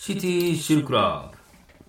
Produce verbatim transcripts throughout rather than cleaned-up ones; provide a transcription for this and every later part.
シティシルクラブ。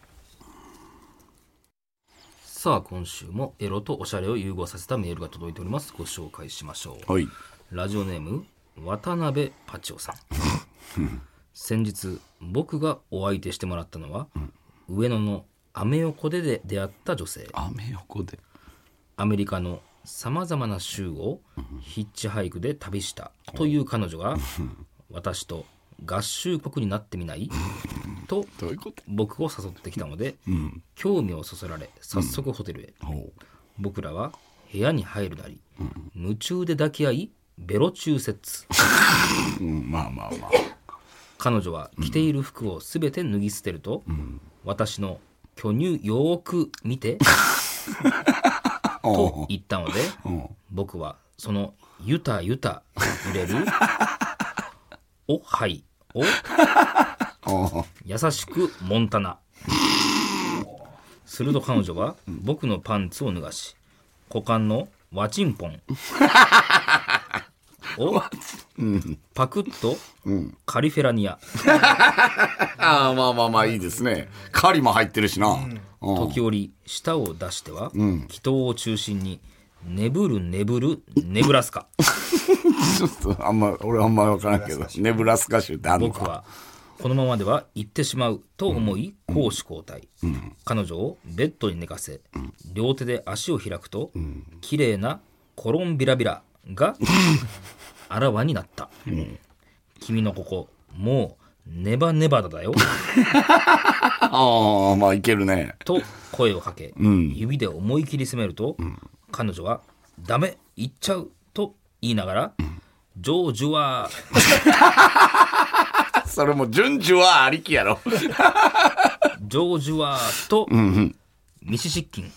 さあ今週もエロとおしゃれを融合させたメールが届いております。ご紹介しましょう。 はい。 ラジオネーム渡辺パチオさん先日僕がお相手してもらったのは、うん、上野のアメ横でで出会った女性。 アメ横でアメリカのさまざまな州をヒッチハイクで旅したという彼女が、私と合衆国になってみないと僕を誘ってきたので、うん、興味をそそられ早速ホテルへ、うん、僕らは部屋に入るなり、うん、夢中で抱き合いベロ中接、 うん、まあまあまあ。 彼女は着ている服をすべて脱ぎ捨てると、うん、私の巨乳よーく見てと言ったので、僕はそのゆたゆた揺れるおはいを優しくモンタナ。すると彼女は僕のパンツを脱がし、股間のワチンポンをパクッとカリフェラニア、 ああまあまあまあいいですね。カリも入ってるしな、うん、 時折舌を出しては、うん、気筒を中心に眠る眠るネブラスカちょっとあんま俺あんま分からんけどネブラスカ州ってあんのか。 僕はこのままでは行ってしまうと思い、うん、攻守交代、うん、彼女をベッドに寝かせ、うん、両手で足を開くと、うん、綺麗なコロンビラビラがあらわになった、うん、君のここもうネバネバだだよああまあいけるねと声をかけ、うん、指で思い切り攻めると、うん、彼女はダメ行っちゃうと言いながら、うん、ジョージュはそれも順序はありきやろジョージュはと、うんうん、ミシシッキン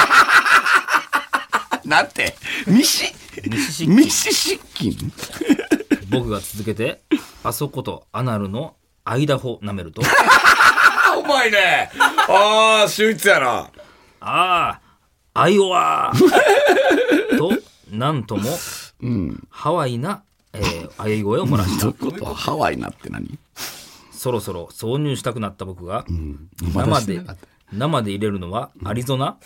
なんてミシミシシッキンミシシッキン僕が続けてあそことアナルの間を舐めるとうまいねああ秀逸やなああアイオワとなんとも、うん、ハワイな、えー、あい声を漏らしたことはハワイなって何。 そろそろ挿入したくなった僕が、うん、生で生で入れるのはアリゾナ、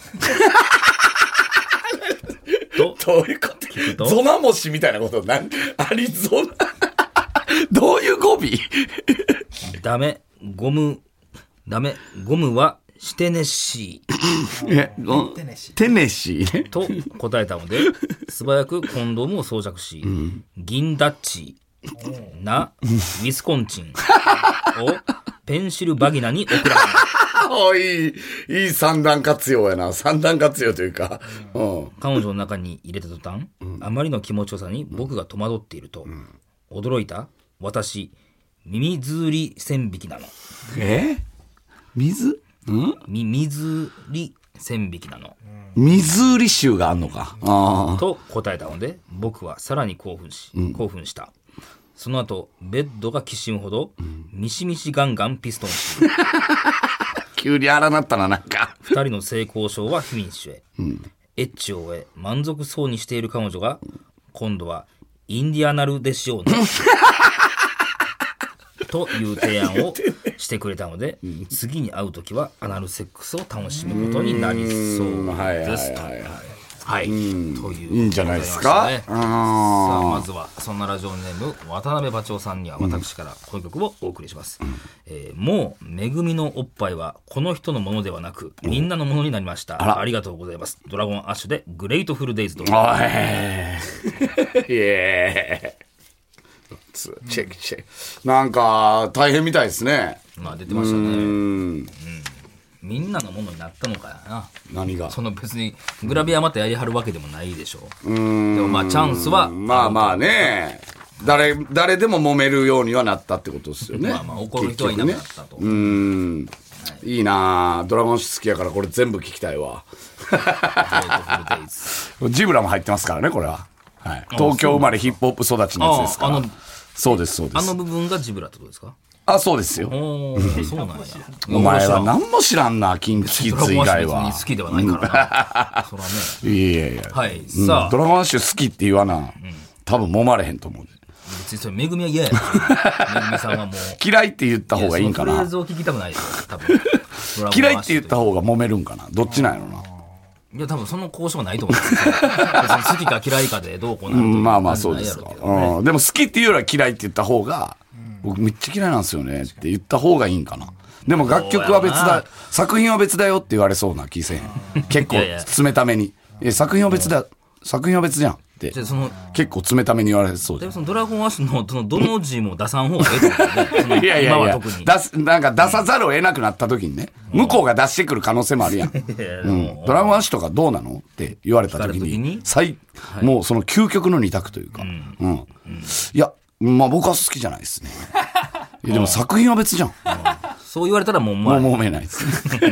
うん、とどういうこと聞くとゾナモシみたいなことなんアリゾナどういう語尾ダメゴムダメゴムはシテネッシーえテネシーと答えたので素早くコンドームを装着し、うん、銀ダッチなウィスコンチンをペンシルバギナに送られおいいいい三段活用やな。三段活用というか、 うん、彼女の中に入れた途端、うん、あまりの気持ちよさに僕が戸惑っていると、うん、驚いた私耳ずり線引きなの。 え水んみ水り線引きなの。 水売り臭があんのかあと答えたので僕はさらに興奮し、うん、興奮した。その後ベッドがきしむほど、うん、ミシミシガンガンピストンし急に荒なったな。なんかふたりの性交渉はフィニッシュへ、うん、エッチを終え満足そうにしている彼女が、うん、今度はインディアナルでしようねという提案をしてくれたので、うん、次に会うときはアナルセックスを楽しむことになりそうですと。はい、うん、といういいんじゃないですか、ね、 さあまずはそんなラジオネーム渡辺馬長さんには私からこの曲をお送りします、うんえー、もうめぐみのおっぱいはこの人のものではなくみんなのものになりました、うん、あ, ありがとうございます。ドラゴンアッシュでグレートフルデイズとおいイエーチェックチェックなんか大変みたいですね。 まあ出てましたね。うん、うんみんなのものになったのかやな。 何がその別にグラビアまたやりはるわけでもないでしょう。うーんでもまあチャンスはまあまあね誰誰でも揉めるようにはなったってことですよね。 まあまあ怒る人はいなくなったと、ね、 うーん、はい、いいなドラゴン好きやからこれ全部聞きたいわジブラも入ってますからねこれは、はい、東京生まれヒップホップ育ちのやつですから。ああのそうですそうです。 あの部分がジブラってことですか。 あ、そうですよ。 おそうなんや。 お前は何も知らんな、キンキキッズ以外は。 好きではないからな。そらね。 いやいやいや。 はい。 さあ、うん、ドラゴンアッシュ好きって言わな、うん、多分揉まれへんと思う。 別にそれめぐみは嫌やめぐみさんはもう嫌いって言った方がいいんかな。 いやそのフレーズを聞きたくないですよ多分嫌いって言った方が揉めるんかな。どっちなんやろな。 いや多分その交渉がないと思うんですよ別に好きか嫌いかでどうこうなるという、 うん、まあまあそうですか、ね、うん、でも好きっていうよりは嫌いって言った方が、うん、僕めっちゃ嫌いなんですよねって言った方がいいんかな。でも楽曲は別だ、作品は別だよって言われそうな気せん結構冷ためにえ作品は別だ、作品は別じゃんってその結構冷ために言われそうじゃん。 そのドラゴンアッシュのそのどの字も出さん方がいいと思うね。 いやいやいや出すなんか出さざるを得なくなった時にね、うん、向こうが出してくる可能性もあるやん、うん、ドラゴンアッシュとかどうなのって言われた時に、に最、はい、もうその究極の二択というか、うんうんうん、いやまあ僕は好きじゃないですねいやでも作品は別じゃん、うん、 そう言われたらもうもう揉めないです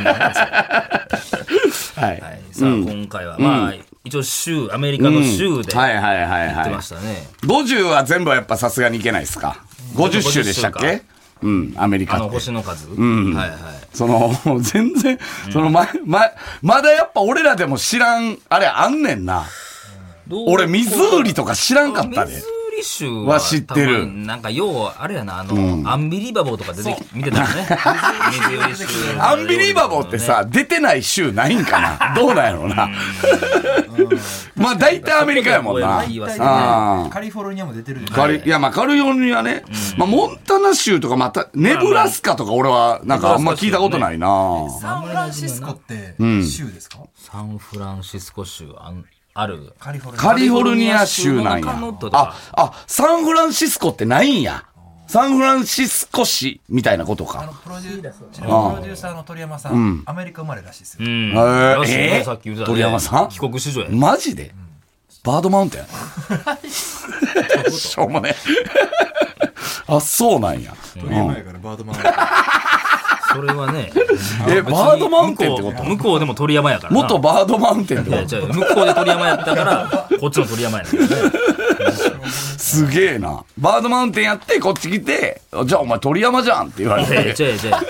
はい、はい、 さあ、うん、今回はまあ、うん一応州、アメリカの州で、うん、はいはいはいはい。言ってましたね。 ごじゅうは全部はやっぱさすがにいけないですか。ごじゅっ州でしたっけ？うん、アメリカって。 あの星の数。 うん。はいはい。その、全然、うん、そのま、ま、まだやっぱ俺らでも知らん、あれあんねんな。俺、ミズーリとか知らんかったで。 州は知ってる。 なんかようあれやなあの、うん、アンビリバボーとか出てき見てたらねアンビリバボーってさ出てない州ないんかなどうなんやろうなまあ大体アメリカやもんな。 カリフォルニアも出てるじゃない。いやまあカリフォルニアね、うん、まあモンタナ州とかまたネブラスカとか俺はなんかあんま聞いたことないな。 サンフランシスコって州ですか？ うん、サンフランシスコ州あんあるカリフォルニア州なんや。あ、あ、サンフランシスコってないんや。サンフランシスコ市みたいなことか。あのプロデューサーの鳥山さん、うん、アメリカ生まれらしいですよ。うん、 えー、えー、さっき言ったね、鳥山さん帰国子女や。 マジで、うん、バードマウンテンしょうもねあ、そうなんや。 鳥山やからバードマウンテンそれはねえバードマウンテンってこと向こうでも鳥山やからな。 元バードマウンテンってこと。 いや違う向こうで鳥山やったからこっちの鳥山やねん、ね、 すげえな。バードマウンテンやってこっち来てじゃあお前鳥山じゃんって言われて。 いやいや違う違うその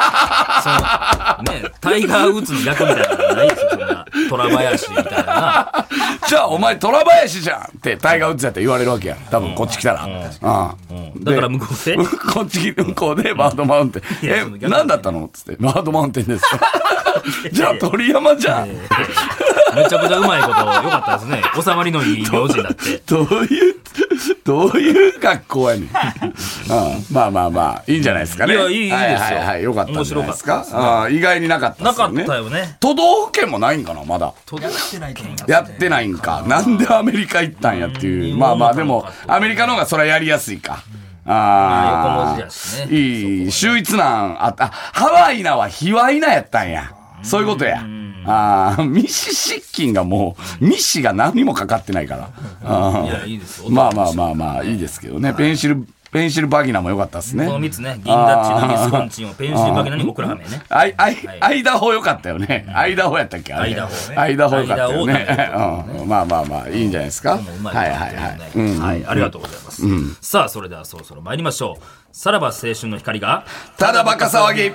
ねタイガーウッズの逆みたいなのがないですよ。そんな虎林みたいなじゃあお前虎林じゃんってタイガーウッズやって言われるわけや多分こっち来たら、うんうんうん、だから向こうでこっち向こうでバードマウンテン、うん、え何だったのっつってバードマウンテンですじゃあ鳥山じゃん。 めちゃくちゃうまいことよかったですね。収まりのいい名字になってどういうどういう学校やねん、うん、まあまあまあいいんじゃないですかね。 いやいい、いいですよ、はいはいはい、よかったんじゃないですか。あ意外になかったですよね。 なかったよね。 都道府県もないんかなまだ。 やってないと思います、ね、 やってないんか。なんでアメリカ行ったんやっていう。まあまあでもアメリカの方がそれはやりやすいか。ああ、横文字やしね。いい秀逸なんあった。ハワイナはヒワイナやったんや。そういうことや。ああ、ミシシッキンがもう、ミシが何にもかかってないから。あいや、いいですよ。 まあまあまあまあ、いいですけどね。ペンシル、ペンシルバギナも良かったですね。 このみっつね。銀ダッチのミスコンチンをペンシルバギナにオクラハメね。 アイ、アイ、アイダホ良かったよね。アイダホやったっけあれ。 アイダホね。 アイダホ良かったよね。うん。まあまあまあ、いいんじゃないですか。はいはいはい。 はい、ありがとうございます。さあ、それではそろそろ参りましょう。さらば青春の光が、 ただバカ騒ぎ。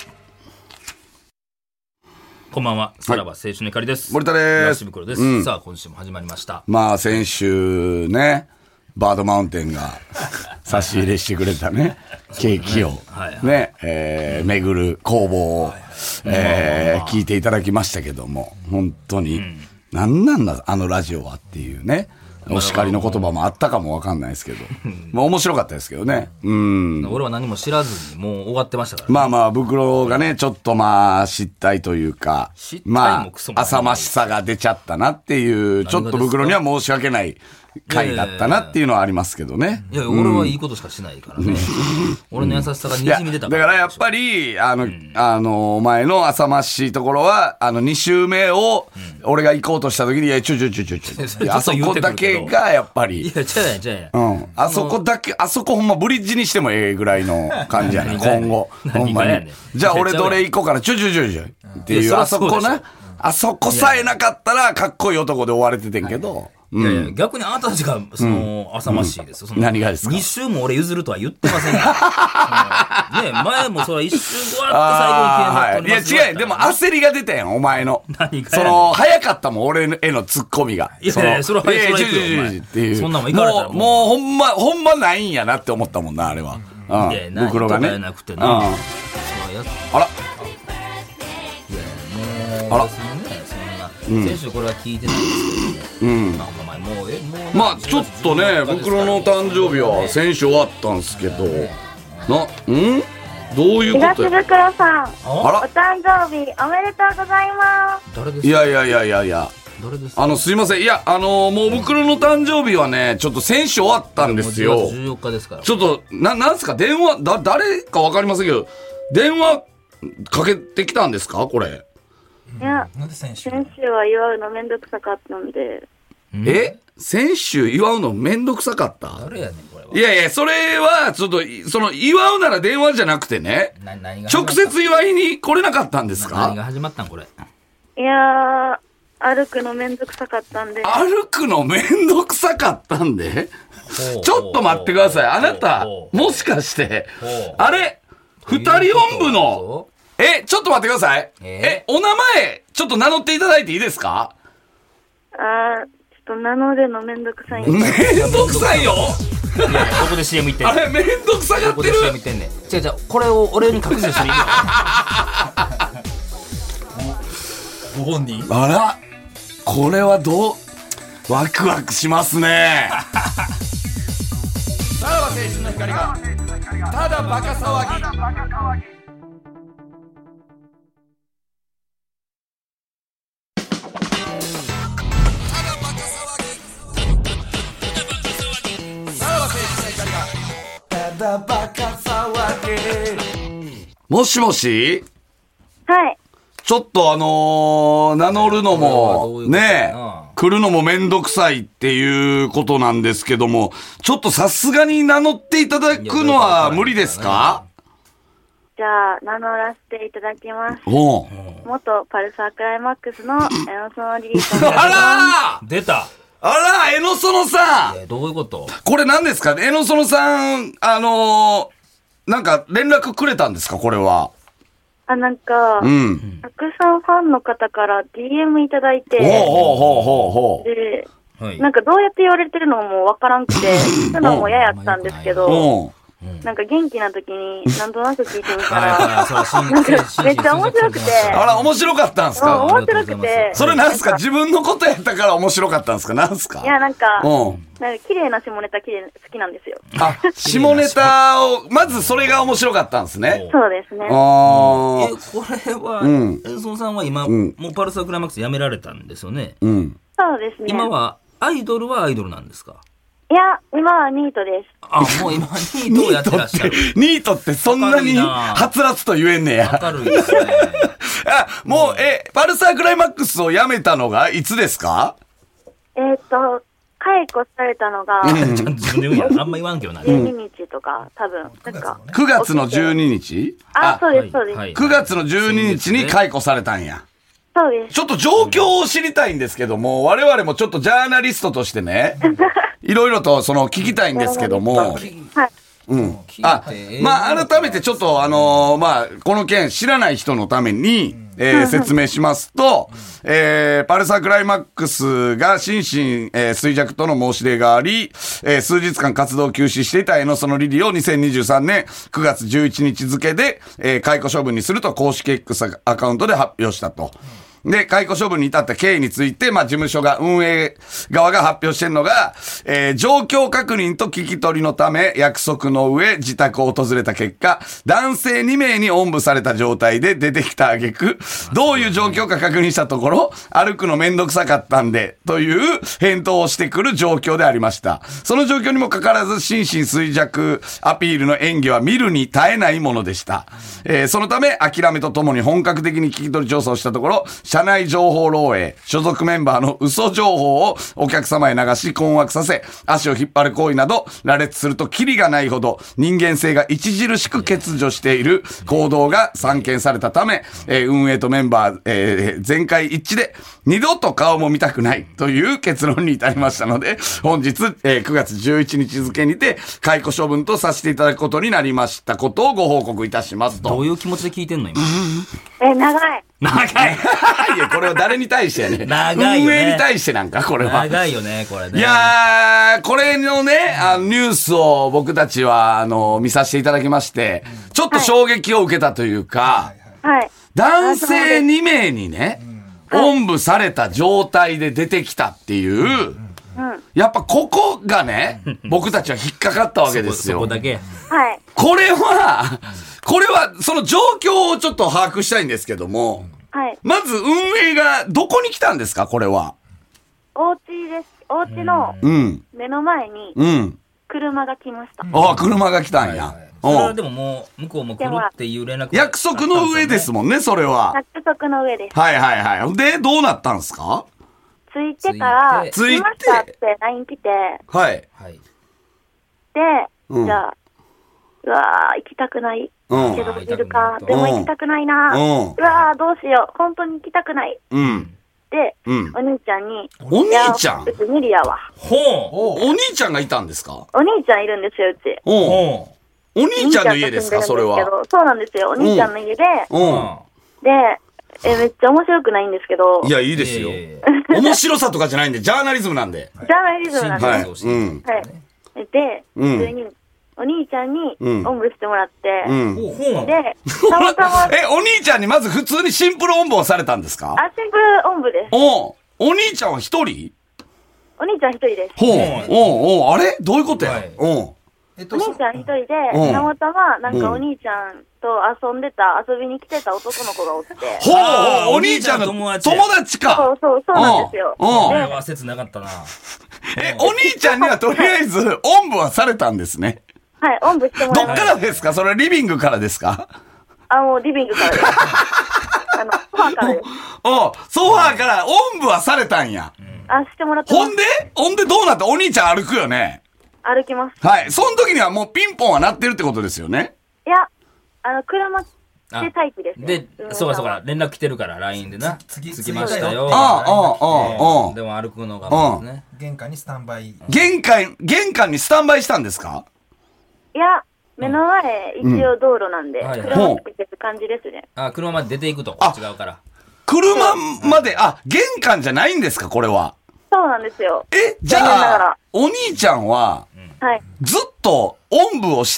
こんばんは。さらば青春の光です。 森田です。 東袋です、うん。さあ、今週も始まりました。 まあ、先週ね、バードマウンテンが差し入れしてくれたね、ケーキを、はいはい、ね、えー、巡る工房を、はいはい、えー、聞いていただきましたけども、本当に、うん、何なんだ、あのラジオはっていうね。お叱りの言葉もあったかもわかんないですけど。まあ面白かったですけどね。うん。 俺は何も知らずにもう終わってましたから、ね。 まあまあ、袋がね、ちょっとまあ、失態というか、まあ、浅ましさが出ちゃったなっていう、ちょっと袋には申し訳ない回だったなっていうのはありますけどね。 いやいや、俺はいいことしかしないからね。俺の優しさがにじみ出たから。だからやっぱり、あの、うん、あの、お前の浅ましいところは、あの、に週目を、俺が行こうとした時に、いや、ちょちょちょちょちょ。あそこだけが、やっぱり。 いや、ちゃうやん、ちゃうやん。 うん。あそこだけ、あそこほんまブリッジにしてもええぐらいの感じやね今後。ほんまに。じゃあ俺どれ行こうかな、ちょちょちょちょ。っていう、あそこな。 あそこさえなかったら、かっこいい男で追われててんけど。 いやいや、逆にあなたたちが、その、浅ましいですよ。その何がですか？ 二週も俺譲るとは言ってませんよ。そのね、前もそれは一週終わって最後にいや違う、でも焦りが出たやん、お前の。 何がその、早かったもん、俺へのツッコミが。 いやいや、それは、それは行くよ、お前っていう。 そんなもん行かれたらもう、もうほんま、ほんまないんやなって思ったもんな、あれは。うん。 いや、ない袋がね。 とかじゃなくてな。うん。 あら。 いや、もう、 あら。 先週これは聞いてないんですけど、うん、まあまあもうえもうまあちょっとね、袋の誕生日は先週終わったんですけど、な、ん？どういうこと東袋さん、 あら、 お誕生日おめでとうございます。 誰ですか？ いやいやいやいやいや、 誰ですか？ あのすいません、いやあのー、もう袋の誕生日はね、ちょっと先週終わったんですよ。 じゅうよっかですから。 ちょっとななんすか、電話だ誰かわかりませんけど、電話かけてきたんですかこれ？ いや、 なんで先週先週は祝うのめんどくさかったんで。 え先週祝うのめんどくさかった？ 誰やねんこれは。 いやいや、それはちょっとその祝うなら電話じゃなくてね、 な何が直接祝いに来れなかったんですか？ 何が始まったんこれ？ いやー、歩くのめんどくさかったんで。 歩くのめんどくさかったんでちょっと待ってください。あなたもしかしてあれ二人音部のえ、ちょっと待ってください。えー、え、お名前、ちょっと名乗っていただいていいですか？ あー、ちょっと名乗るのめんどくさいんで。 めんどくさいよ。 いや、どこで シーエム 行ってんねん。 あれ、めんどくさがってる。 どこで シーエム 行ってんねん。違う違う、これを俺に隠してする意味は。 ご本人？ あら、これはどう、ワクワクしますね。さらば青春の光が、ただバカ騒ぎ。もしもし？ はい。 ちょっとあのー、名乗るのも、ね、来るのもめんどくさいっていうことなんですけども、ちょっとさすがに名乗っていただくのは無理ですか？ じゃあ、名乗らせていただきます。 おう。 元パルサークライマックスのエノソノリリーさん。 あらー出た。 あら、エノソノさん。 え、どういうこと？ これ何ですか？エノソノさん、あのー、なんか連絡くれたんですかこれは。 あ、なんか、 うん。 たくさんファンの方から ディーエム いただいて、 ほうほうほうほうほう。 で、 はい、 なんかどうやって言われてるのもわからんくて、聞くのも嫌やったんですけど、なんか元気な時になんとなく聞いてみたら、なんかめっちゃ面白くて。 あら、面白かったんすか？ 面白くて。 それなんすか？自分のことやったから面白かったんすか？なんすか？ いや、なんか、 うん。 なんか綺麗な下ネタ綺麗好きなんですよ。 あ、下ネタを、まずそれが面白かったんですね。 そうですね。 あえ、これは、うん、エンソンさんは今、うん、もうパルサークライマックス辞められたんですよね。 うん。 そうですね。 今は、アイドルはアイドルなんですか？ いや、今はニートです。 あ、もう今ニートをやってらっしゃる。 ニートってそんなにはつらつと言えんねや。 明るいですね。 あ、もう、え、パルサークライマックスを辞めたのがいつですか？ えーっと、解雇されたのが、 ちゃんと自分で言うんや。あんま言わんけどな。 じゅうににちとか、多分、なんか。 くがつのじゅうににち？ あ、そうです、そうです。 くがつのじゅうににちに解雇されたんや。 そうです。 ちょっと状況を知りたいんですけども、我々もちょっとジャーナリストとしてね、いろいろとその聞きたいんですけども、はい。うん。あ、まあ、改めてちょっとあのー、まあ、この件知らない人のために、えー、説明しますと、えー、パルサークライマックスが心身、えー、衰弱との申し出があり、えー、数日間活動を休止していたエノソノリリをにせんにじゅうさんねんくがつじゅういちにち付で、えー、解雇処分にすると公式 X アカウントで発表したと。で、解雇処分に至った経緯について、まあ、事務所が、運営側が発表しているのが、えー、状況確認と聞き取りのため、約束の上、自宅を訪れた結果、男性にめいにおんぶされた状態で出てきた挙句、どういう状況か確認したところ、歩くのめんどくさかったんで、という返答をしてくる状況でありました。その状況にもかかわらず、心身衰弱アピールの演技は見るに耐えないものでした。えー、そのため、諦めとともに本格的に聞き取り調査をしたところ、 社内情報漏洩、所属メンバーの嘘情報をお客様へ流し困惑させ、足を引っ張る行為など、羅列するとキリがないほど人間性が著しく欠如している行動が散見されたため、えー、運営とメンバー、えー、全会一致で二度と顔も見たくないという結論に至りましたので、本日、えー、くがつじゅういちにち付けにて解雇処分とさせていただくことになりましたことをご報告いたしますと。 どういう気持ちで聞いてんの今。 え、長い。 長い。 いや、これは誰に対してやね。 長いよね。 運営に対してなんか、これは。 長いよね、これね。 いやー、これのね、あのニュースを僕たちは、あの、見させていただきまして、ちょっと衝撃を受けたというか、 はい。 男性にめいにね、おんぶされた状態で出てきたっていう、うん、やっぱここがね、僕たちは引っかかったわけですよ。 そこ、そこだけ。 はい。 これは、これは、その状況をちょっと把握したいんですけども、 はい。 まず運営がどこに来たんですか、これは。 お家です。お家の目の前に車が来ました。 うん。ああ、車が来たんや。 それはでももう、向こうも来るっていう連絡、 約束の上ですもんね、それは。 約束の上です。 はいはいはい。で、どうなったんですか？ 着いてから、 着いて、 来ましたって ライン 来て、 はい。 はい。 で、うん、じゃあ、うわー、行きたくない。うん。けど、いるか。でも行きたくないな。うん。うわー、どうしよう。本当に行きたくない。 うん。 で、うん、お兄ちゃんに。 お兄ちゃん？ うち無理やわ。 ほう。お兄ちゃんがいたんですか？ お兄ちゃんいるんですよ、うち。 ほう。お兄ちゃんの家ですか、それは。 そうなんですよ。お兄ちゃんの家で。うん。で、え、めっちゃ面白くないんですけど。 いや、いいですよ。面白さとかじゃないんで、ジャーナリズムなんで。 ジャーナリズムなんで。 はい。うん。 はい。で、普通に、お兄ちゃんにおんぶしてもらって、うん、で、たまたま。 え、お兄ちゃんにまず普通にシンプルおんぶをされたんですか？ あ、シンプルおんぶです。 おお兄ちゃんは一人？ お兄ちゃん一人です。 ほう、おおあれどういうことや？おお兄ちゃん一人で、たまたま、なんかお兄ちゃんと遊んでた、遊びに来てた男の子がおって。 ほう、お兄ちゃんの友達。友達か。 そうそう、そうなんですよ。 これは切なかったな。 え、お兄ちゃんにはとりあえず、おんぶはされたんですね。 はい、おんぶしてもらいました。 どっからですか？それリビングからですか？ あ、もうリビングからです。あの、ソファーからです。 おソファーからおんぶはされたんや。 あ、してもらってます。 ほんでほんでどうなった？お兄ちゃん歩くよね。 歩きます。 はい。その時にはもうピンポンは鳴ってるってことですよね。 いや、あの、車で待機ですね。 で、そうかそうか、連絡来てるから、ライン でな。着きましたよ。 ああ、ああ、ああ。 でも歩くのがもうね。 玄関にスタンバイ。 玄関、玄関にスタンバイしたんですか？ いや、目の前、一応道路なんで、車つけてる感じですね。 あ、車まで出ていくと。違うから。 車まで、あ、玄関じゃないんですか、これは。 そうなんですよ。 え、じゃあ、お兄ちゃんは、 はい。 ずっと、おんぶをして、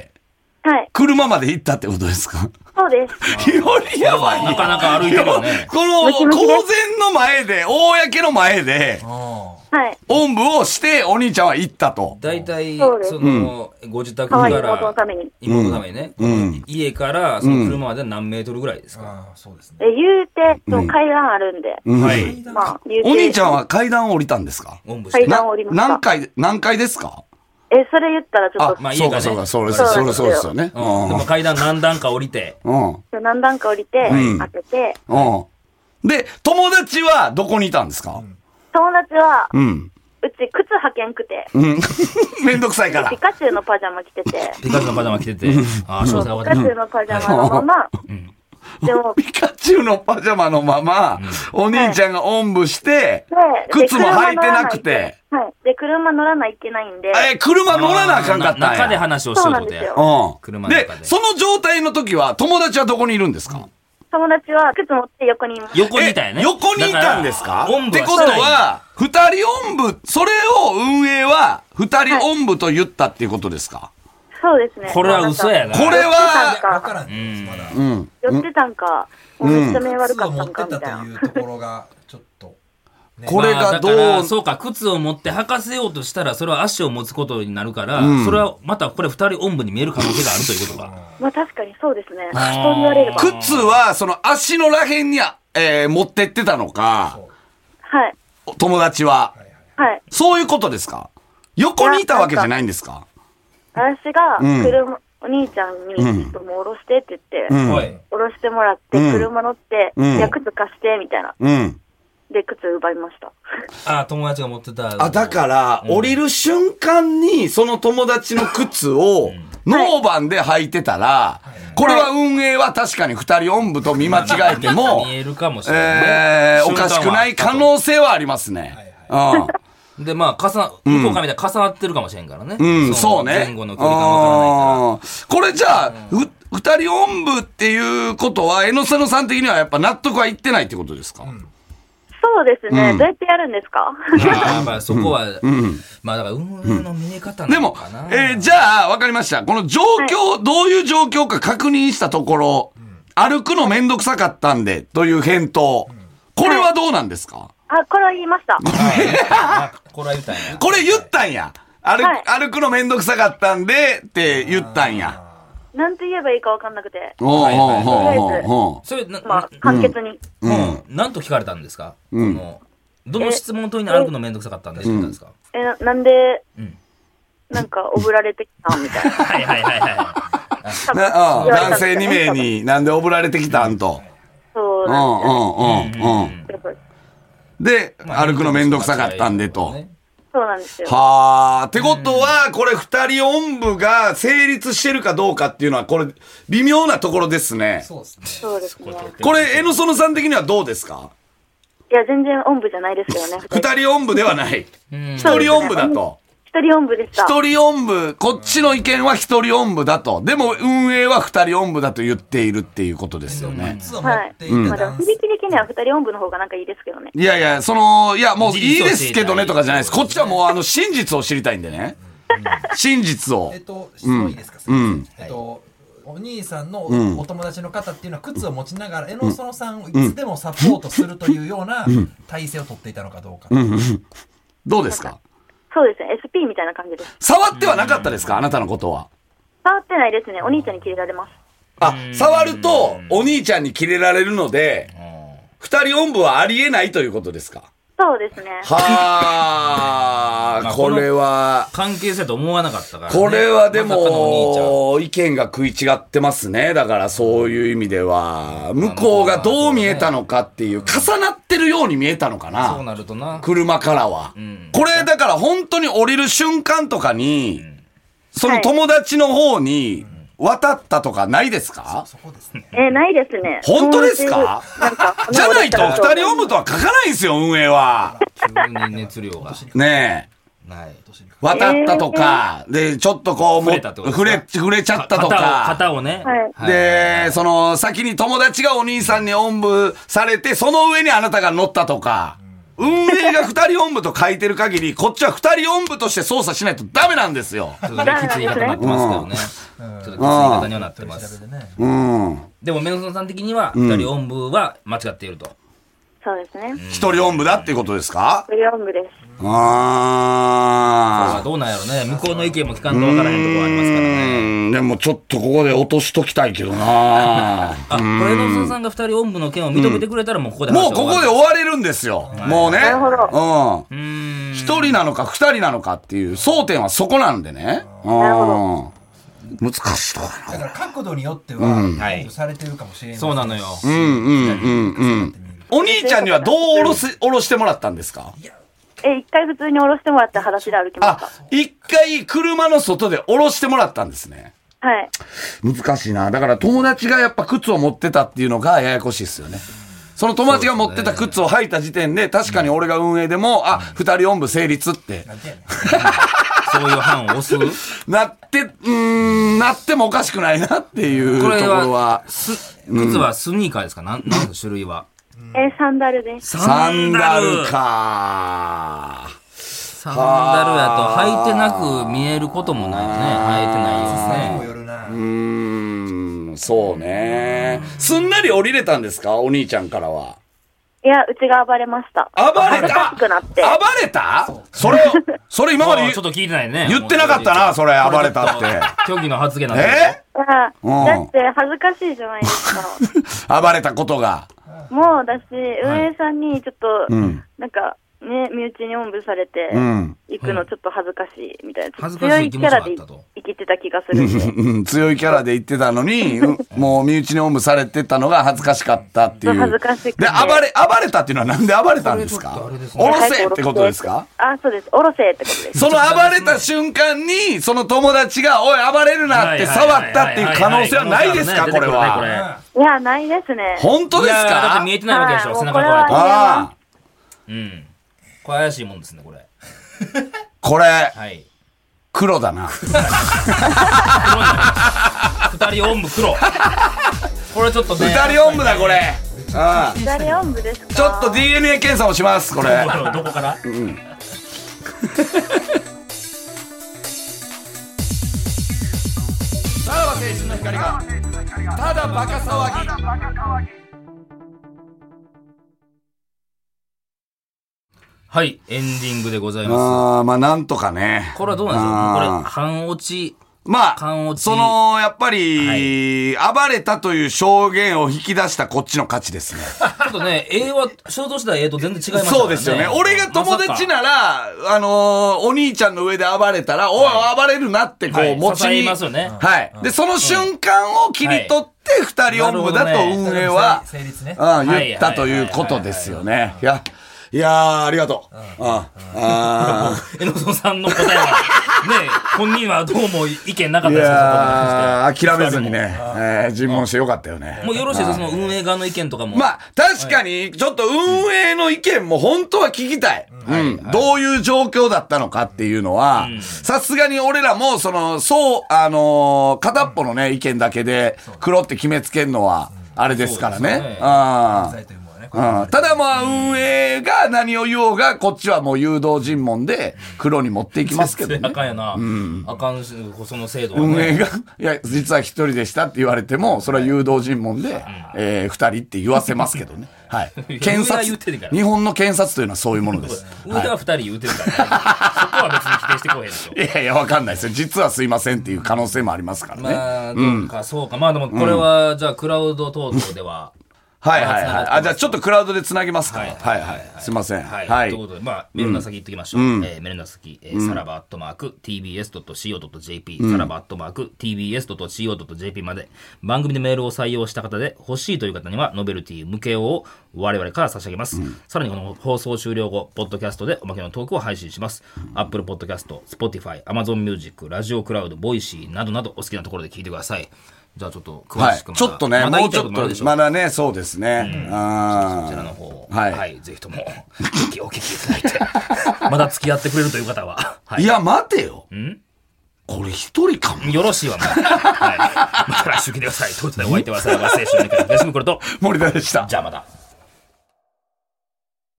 はい。車まで行ったってことですか？ そうです。 よりやばい。 なかなか歩いてるよね。 この、公然の前で、公の前で、 はい。 おんぶをして、お兄ちゃんは行ったと。 大体、その、ご自宅から、 妹のために。 妹のためにね。家から、その車まで何メートルぐらいですか？ ああ、そうですね。 え、言うて、階段あるんで。はい。 まあ、お兄ちゃんは階段を降りたんですか？ 階段を降りました。 何階、何階ですか？ え、それ言ったらちょっと。 あ、まあ、そうか、そうか、そうです、そうです、そうですよね。 でも階段何段か降りて。 うん。 何段か降りて、開けて。 うん。で、友達はどこにいたんですか？ 友達は、 うん。 うち靴履けんくて。 うん。めんどくさいから。 ピカチュウのパジャマ着てて。 ピカチュウのパジャマ着てて。ああ、そうピカチュウのパジャマのまま。 でも、ピカチュウのパジャマのまま、お兄ちゃんがおんぶして、靴も履いてなくて。 はい。で、車乗らないといけないんで。 え、車乗らなあかんかったんや。 中で話をしようとて。 うん。車で。で、その状態の時は、友達はどこにいるんですか？ 友達は靴持って横にいます。 横にいたよね。 横にいたんですか？ おんぶってことは、二人おんぶ、それを運営は、二人おんぶと言ったっていうことですか？ そうですね。 これは嘘やな。 これは、 わからんです、まだ。 うん。 寄ってたんか、めっちゃ目悪かったんかみたいな。 靴を持ってたというところが、ちょっと。 これがどう、 まあ、そうか、靴を持って履かせようとしたら、それは足を持つことになるから、うん、それはまたこれ二人おんぶに見える可能性があるということか。 まあ確かにそうですね。そう言われれば。 靴は、その足のらへんに、えー、持ってってたのか、 はい。 友達は。 はい。 そういうことですか？横にいたわけじゃないんですか？ 私が車、うん、 お兄ちゃんに、ちょっともう降ろしてって言って、 うん、 降ろしてもらって、 うん、 車乗って、うん、いや、靴貸して、みたいな。 うん。 で、靴奪いました。 あ、友達が持ってた。 あ、だから、うん、降りる瞬間に、その友達の靴を、ノーバンで履いてたら、はい、これは運営は確かに二人おんぶと見間違えても、 見えるかもしれない、ね。 えー、おかしくない可能性はありますね。はいはい、 うん。で、まあ、重な、向こうから見たら重なってるかもしれんからね。 うん、そうね。 前後の距離感わからないから。 これじゃあ、うん、二人おんぶっていうことは、江野園さん的にはやっぱ納得はいってないってことですか？うん、 そうですね、うん。どうやってやるんですか？ あまあそこは、うん、まあだから運営の見え方なのかな。 うん、でも、えー、じゃあ、わかりました。この状況、はい、どういう状況か確認したところ、うん、歩くのめんどくさかったんで、という返答。うん、これはどうなんですか？ あ、これは言いました。 これは言ったんや。 これ言ったんや。歩、はい、歩くのめんどくさかったんで、って言ったんや。 なんて言えばいいかわかんなくて。 おーおーおーおーそれ、な、 まあ、簡潔に。 うん。うん。なんと聞かれたんですか？うん。どの質問問いに歩くのめんどくさかったんでって言ったんですか？ え、ななんで、うん、なんか、おぶられてきたみたいな。はいはいはいはい。男性に名になんでおぶられてきたんと。 そうなんですよ。うんうんうん。 で、歩くのめんどくさかったんでと。 そうなんですよ。 はあ。ってことは、これ二人おんぶが成立してるかどうかっていうのは、これ、微妙なところですね。 そうですね。 そうですね。 これ、江野園さん的にはどうですか？ いや、全然おんぶじゃないですよね。 二人おんぶではない。一人おんぶだと。 一人おんぶでした。 一人おんぶ、こっちの意見は一人おんぶだと。でも運営は二人おんぶだと言っているっていうことですよね。 はい。まあでも響き的には二人おんぶの方がなんかいいですけどね。 いやいや、その、いやもういいですけどねとかじゃないです。こっちはもうあの真実を知りたいんでね。真実を。 えっと、質問いいですか？うん。えっと、お兄さんのお友達の方っていうのは靴を持ちながら、江野園さんをいつでもサポートするというような体制を取っていたのかどうか。 どうですか？ そうですね。エスピー みたいな感じです。 触ってはなかったですか？あなたのことは。 触ってないですね。お兄ちゃんにキレられます。 あ、触るとお兄ちゃんにキレられるので、二人おんぶはありえないということですか？ そうですね。 はあ、これは。 関係性と思わなかったから、ね。 これはでも、意見が食い違ってますね。だからそういう意味では、向こうがどう見えたのかっていう、重なってるように見えたのかな。 そうなるとな。 車からは。うん、これだから本当に降りる瞬間とかに、うん、その友達の方に、渡ったとかないですか？ そこですね。 えー、ないですね。 本当ですか？じゃないと二人おむとは書かないんですよ、運営は。 急に熱量が。 ねえ。 ない。 渡ったとか、えー、で、ちょっとこう、も触れ、触れちゃったとか。 肩をね。 で、その、先に友達がお兄さんにおんぶされて、その上にあなたが乗ったとか。運営が二人おんぶと書いてる限り、こっちは二人おんぶとして操作しないとダメなんですよ。 ちょっとね、きつい言い方になってますけどね。ちょっときつい言い方にはなってます。うん。でも、メノソンさん的には、二人おんぶは間違っていると。 そうですね。 一人おんぶだっていうことですか？ 一人おんぶです。 ああ。 どうなんやろね。向こうの意見も聞かんとわからへんところありますからね。 でもちょっとここで落としときたいけどな。 あ、これメノソンさんが二人おんぶの件を認めてくれたらもうここでもうここで終われるんですよ。もうね。 なるほど。 うん。一人なのか二人なのかっていう争点はそこなんでね。 なるほど。 難しいとこだな。だから角度によっては、されてるかもしれない。 そうなのよ。 うんうんうんうん。お兄ちゃんにはどうおろす、おろしてもらったんですか？ え、一回普通におろしてもらって裸足で歩きました。 あ、一回車の外でおろしてもらったんですね。 はい。 難しいな。だから友達がやっぱ靴を持ってたっていうのがややこしいですよね。その友達が持ってた靴を履いた時点で、確かに俺が運営でも、あ、二人おんぶ成立って。 そういう班を押すなって、うーん、なってもおかしくないなっていうところは。これは、 靴はスニーカーですか？なん、なん種類は。 えー、サンダルです。 サンダルか。 サンダルやと履いてなく見えることもないよね。履いてないよね。 うーん、そうね。すんなり降りれたんですか？お兄ちゃんからは。 いや、うちが暴れました。 暴れた暴れたそれ、それ今までちょっと聞いてないね。 言ってなかったな、それ、暴れたって。 虚偽の発言なんだえだって恥ずかしいじゃないですか。暴れたことが。 もうだし、運営さんにちょっと、なんか、ね、身内におんぶされて、行くのちょっと恥ずかしいみたいな。 恥ずかしい気持ちがあったと。 生きてた気がするんで。 うん、強いキャラで言ってたのに、もう身内におんぶされてたのが恥ずかしかったっていう。 恥ずかしくて。 で、暴れ、暴れたっていうのはなんで暴れたんですか？おろせってことですか？ あ、そうです。おろせってことです。 その暴れた瞬間に、その友達が、おい、暴れるなって触ったっていう可能性はないですか、これは。 いや、ないですね。 本当ですか？ だって見えてないわけでしょ、背中これから。 ああ。 うん。これ怪しいもんですね、これ。 これ、 はい。 黒だな。 二人おんぶ黒。これちょっとね。 二人おんぶだ、これ。 ああ。二人おんぶですか？ ちょっと ディーエヌエー 検査をします、これ。 どこから？うん。 さらば青春の光が、ただバカ騒ぎ。 はい、エンディングでございます。 ああ、まあなんとかね。 これはどうなんでしょう？これ、半落ち。 まあ、その、やっぱり、はい、暴れたという証言を引き出したこっちの勝ちですね。 ちょっとね、A は、衝動したら A と全然違いますからね。 そうですよね。俺が友達なら、ま、あのー、お兄ちゃんの上で暴れたら、おい、暴れるなってこう、はい、持ちに。 ますよね。 はい。で、その瞬間を切り取って、二人おんぶだと運営は、 成立ね。 うん、言ったということですよね。いや、いやー、ありがとう。ああ。 江野園さんの答えは、ね、本人はどうも意見なかったですか？いやー、諦めずにね、えー、尋問してよかったよね。 もうよろしいです、その運営側の意見とかも。 まあ、確かに、ちょっと運営の意見も本当は聞きたい。うん。どういう状況だったのかっていうのは、さすがに俺らも、その、そう、あのー、片っぽのね、意見だけで、黒って決めつけるのは、あれですからね。ああ。うん、ただまあ運営が何を言おうがこっちはもう誘導尋問で黒に持っていきますけどね。 あかんやな。うん、あかんし、その制度は、 ね。運営が、いや、実は一人でしたって言われても、それは誘導尋問で、はい、えー、二人って言わせますけどね。はい。検察、日本の検察というのはそういうものです。 運営は二人言うてるから、ね、そこは別に否定してこへんでしょ。 いやいや、わかんないですよ。実はすいませんっていう可能性もありますからね。 まあ、どうか、そうか。まあでもこれは、うん、じゃあクラウド等々では、 はいはいはい。あ、じゃあちょっとクラウドでつなぎますか。はいはいはい。すいません。 はい。はい。ということで、まあ、メールの先言っときましょう。うん、えー、メールの先、えー、さらばアットマーク、ティービーエスドットシーオードットジェーピー、さらばアットマーク、ティービーエスドットシーオードットジェーピー まで、番組でメールを採用した方で欲しいという方には、ノベルティ向けを我々から差し上げます。うん、さらにこの放送終了後、ポッドキャストでおまけのトークを配信します。アップルポッドキャスト、Spotify、Amazon Music、ラジオクラウド、ボイシーなどなどお好きなところで聞いてください。じゃあちょっと詳しく、 はい、ちょっとね、ま、もうちょっと、まだね、そうですね。うん、あそちらの方、 はい、 はい、ぜひとも、お聞きいただいて、まだ付き合ってくれるという方は。 はい、いや、待てよ。んこれ一人かも。 よろしいわ、もう。はい。また来週来てください。ということで、お相手はさらば青春の光東袋と森田でした。 じゃあまた。